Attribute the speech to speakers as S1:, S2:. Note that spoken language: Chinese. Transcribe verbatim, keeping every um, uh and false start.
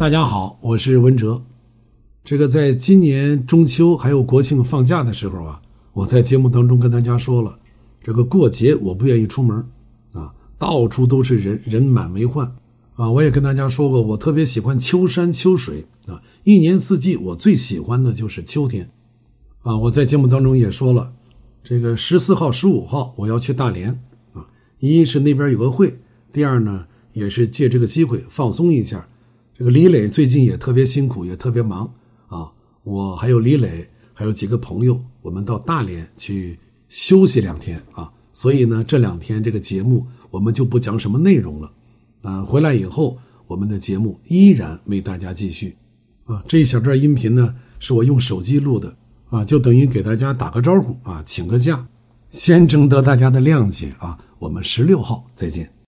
S1: 大家好，我是文哲。这个在今年中秋还有国庆放假的时候啊，我在节目当中跟大家说了，这个过节我不愿意出门啊，到处都是人，人满为患啊。我也跟大家说过，我特别喜欢秋山秋水啊，一年四季我最喜欢的就是秋天啊。我在节目当中也说了，这个十四号、十五号我要去大连啊，一是那边有个会，第二呢也是借这个机会放松一下。这个李磊最近也特别辛苦，也特别忙啊。我还有李磊，还有几个朋友，我们到大连去休息两天啊。所以呢，这两天这个节目我们就不讲什么内容了啊。回来以后，我们的节目依然为大家继续啊。这一小段音频呢，是我用手机录的啊，就等于给大家打个招呼啊，请个假，先征得大家的谅解啊。我们十六号再见。